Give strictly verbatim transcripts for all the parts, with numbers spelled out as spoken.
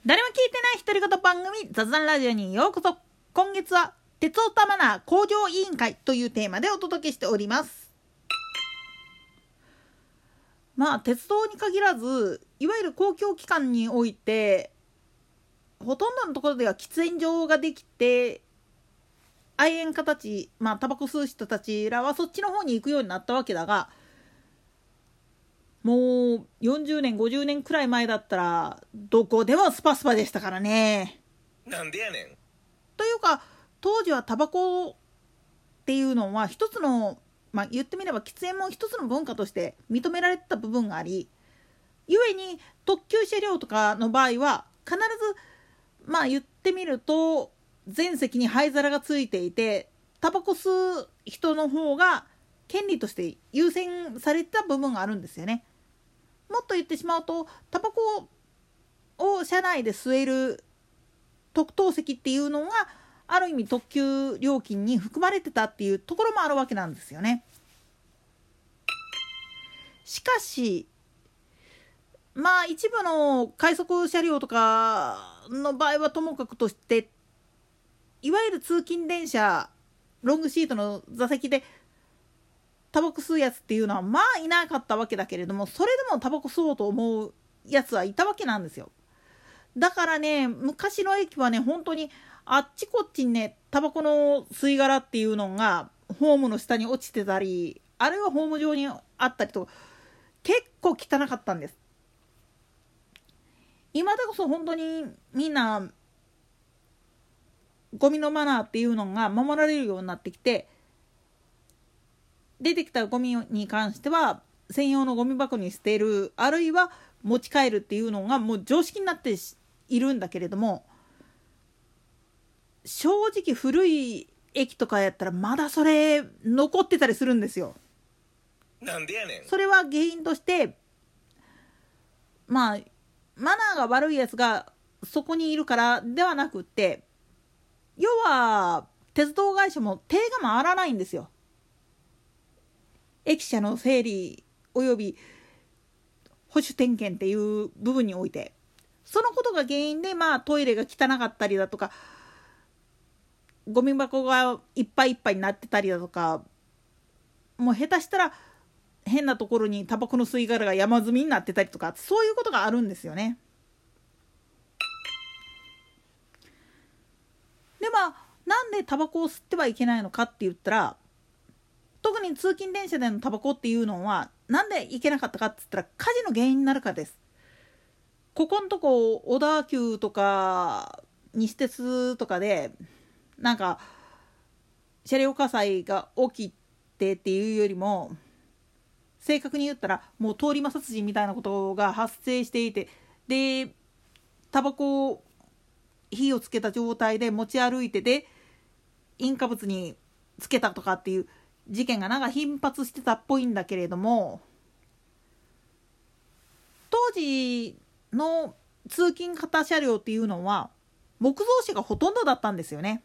誰も聞いてない独り言番組雑談ラジオにようこそ。今月は鉄オタマナー向上委員会というテーマでお届けしております。まあ鉄道に限らずいわゆる公共機関においてほとんどのところでは喫煙所ができて、愛煙家たち、まあタバコ吸う人たちらはそっちの方に行くようになったわけだが、もうよんじゅうねんごじゅうねんくらい前だったらどこでもスパスパでしたからね。 なんでやねん。 というか当時はタバコっていうのは一つの、まあ、言ってみれば喫煙も一つの文化として認められてた部分があり、ゆえに特急車両とかの場合は必ずまあ言ってみると全席に灰皿がついていて、タバコ吸う人の方が権利として優先されてた部分があるんですよね。もっと言ってしまうとタバコを車内で吸える特等席っていうのがある意味特急料金に含まれてたっていうところもあるわけなんですよね。しかしまあ一部の快速車両とかの場合はともかくとして、いわゆる通勤電車ロングシートの座席でタバコ吸うやつっていうのはまあいなかったわけだけれども、それでもタバコ吸おうと思うやつはいたわけなんですよ。だからね、昔の駅はね本当にあっちこっちにねタバコの吸い殻っていうのがホームの下に落ちてたり、あるいはホーム上にあったりと結構汚かったんです。今でこそ本当にみんなゴミのマナーっていうのが守られるようになってきて、出てきたゴミに関しては専用のゴミ箱に捨てる、あるいは持ち帰るっていうのがもう常識になっているんだけれども、正直古い駅とかやったらまだそれ残ってたりするんですよ。 なんでやねん。 それは原因としてまあマナーが悪いやつがそこにいるからではなくって、要は鉄道会社も手が回らないんですよ。駅舎の整理および保守点検っていう部分において、そのことが原因でまあトイレが汚かったりだとか、ゴミ箱がいっぱいいっぱいになってたりだとか、もう下手したら変なところにタバコの吸い殻が山積みになってたりとか、そういうことがあるんですよね。でまあなんでタバコを吸ってはいけないのかって言ったら、特に通勤電車でのタバコっていうのはなんでいけなかったかって言ったら火事の原因になるからです。ここのとこ小田急とか西鉄とかでなんか車両火災が起きてっていうよりも、正確に言ったらもう通り魔殺人みたいなことが発生していて、でタバコを火をつけた状態で持ち歩いてて引火物につけたとかっていう事件がなんか頻発してたっぽいんだけれども、当時の通勤型車両っていうのは木造車がほとんどだったんですよね。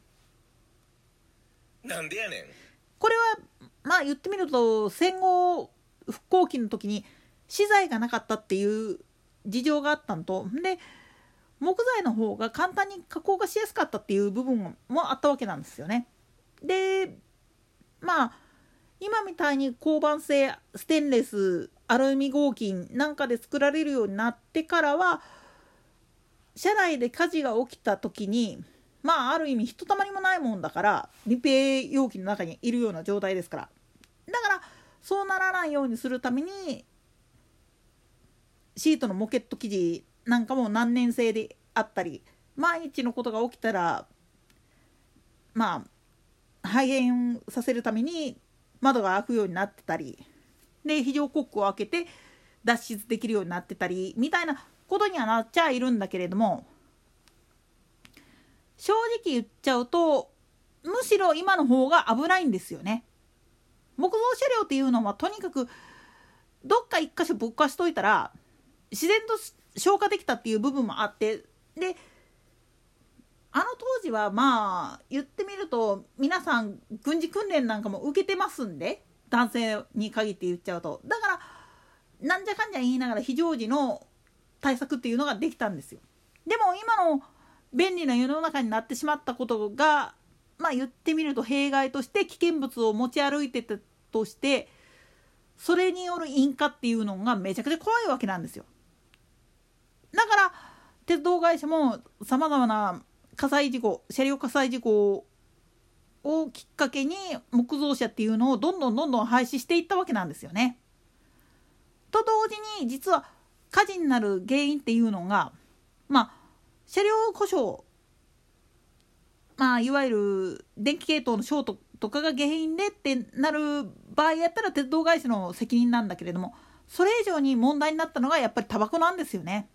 なんでやねん。 これはまあ言ってみると戦後復興期の時に資材がなかったっていう事情があったのと、で木材の方が簡単に加工がしやすかったっていう部分もあったわけなんですよね。でまあ今みたいに鋼板製ステンレスアルミ合金なんかで作られるようになってからは、車内で火事が起きた時にまあある意味ひとたまりもないもんだからリペイ容器の中にいるような状態ですから、だからそうならないようにするためにシートのモケット生地なんかも何年製であったり、万一のことが起きたらまあ排煙させるために窓が開くようになってたりで、非常コックを開けて脱出できるようになってたりみたいなことにはなっちゃいるんだけれども、正直言っちゃうとむしろ今の方が危ないんですよね。木造車両っていうのはとにかくどっか一箇所ぶっ壊しといたら自然と消化できたっていう部分もあって、であの当時はまあ言ってみると皆さん軍事訓練なんかも受けてますんで、男性に限って言っちゃうと、だからなんじゃかんじゃ言いながら非常時の対策っていうのができたんですよ。 でも今の便利な世の中になってしまったことが、まあ言ってみると弊害として危険物を持ち歩いてたとして、それによる引火っていうのがめちゃくちゃ怖いわけなんですよ。だから鉄道会社もさまざまな火災事故、車両火災事故をきっかけに木造車っていうのをどんどんどんどん廃止していったわけなんですよね。と同時に実は火事になる原因っていうのが、まあ車両故障、まあいわゆる電気系統のショートとかが原因でってなる場合やったら鉄道会社の責任なんだけれども、それ以上に問題になったのがやっぱりタバコなんですよね。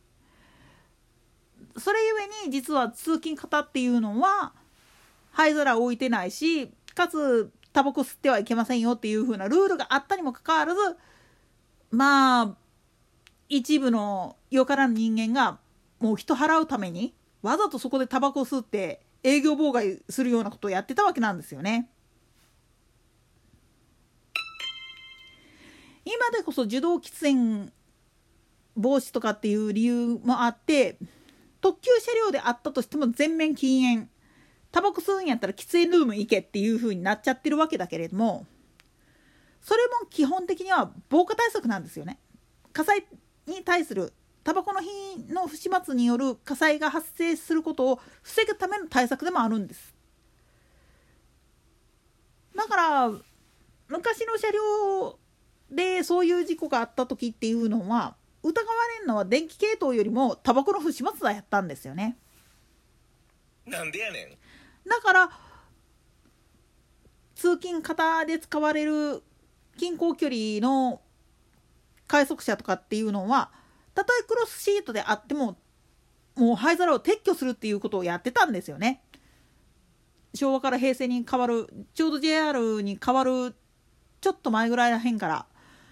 それゆえに実は通勤方っていうのは灰皿を置いてないし、かつタバコ吸ってはいけませんよっていう風なルールがあったにもかかわらず、まあ一部のよからぬ人間がもう人払うためにわざとそこでタバコを吸って営業妨害するようなことをやってたわけなんですよね。今でこそ受動喫煙防止とかっていう理由もあって、特急車両であったとしても全面禁煙、タバコ吸うんやったら喫煙ルーム行けっていう風になっちゃってるわけだけれども、それも基本的には防火対策なんですよね。火災に対するタバコの火の不始末による火災が発生することを防ぐための対策でもあるんです。だから昔の車両でそういう事故があった時っていうのは、疑われるのは電気系統よりもタバコの不始末だやったんですよね。 なんでやねん。 だから通勤方で使われる近郊距離の快速車とかっていうのは、たとえクロスシートであってももう灰皿を撤去するっていうことをやってたんですよね。昭和から平成に変わる、ちょうど ジェイアール に変わるちょっと前ぐらいらへんから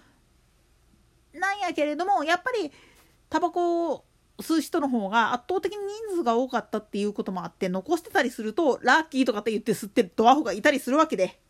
なんやけれども、やっぱりタバコを吸う人の方が圧倒的に人数が多かったっていうこともあって、残してたりするとラッキーとかって言って吸ってるドアホがいたりするわけで、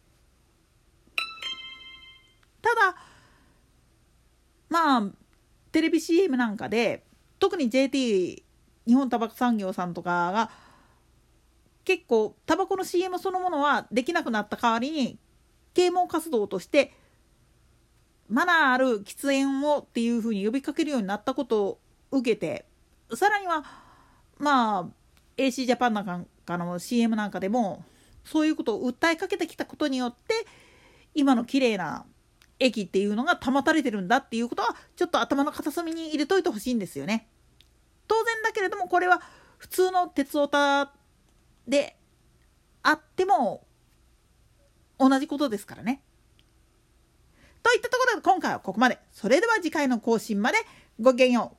ただまあテレビ シーエム なんかで特に ジェーティー 日本タバコ産業さんとかが結構タバコの シーエム そのものはできなくなった代わりに啓蒙活動としてマナーある喫煙をっていう風に呼びかけるようになったことを受けて、さらにはまあ エーシー ジャパンなんかの シーエム なんかでもそういうことを訴えかけてきたことによって今の綺麗な駅っていうのが保たれてるんだっていうことはちょっと頭の片隅に入れといてほしいんですよね。当然だけれどもこれは普通の鉄オタであっても同じことですからね。といったところで今回はここまで。それでは次回の更新までごきげんよう。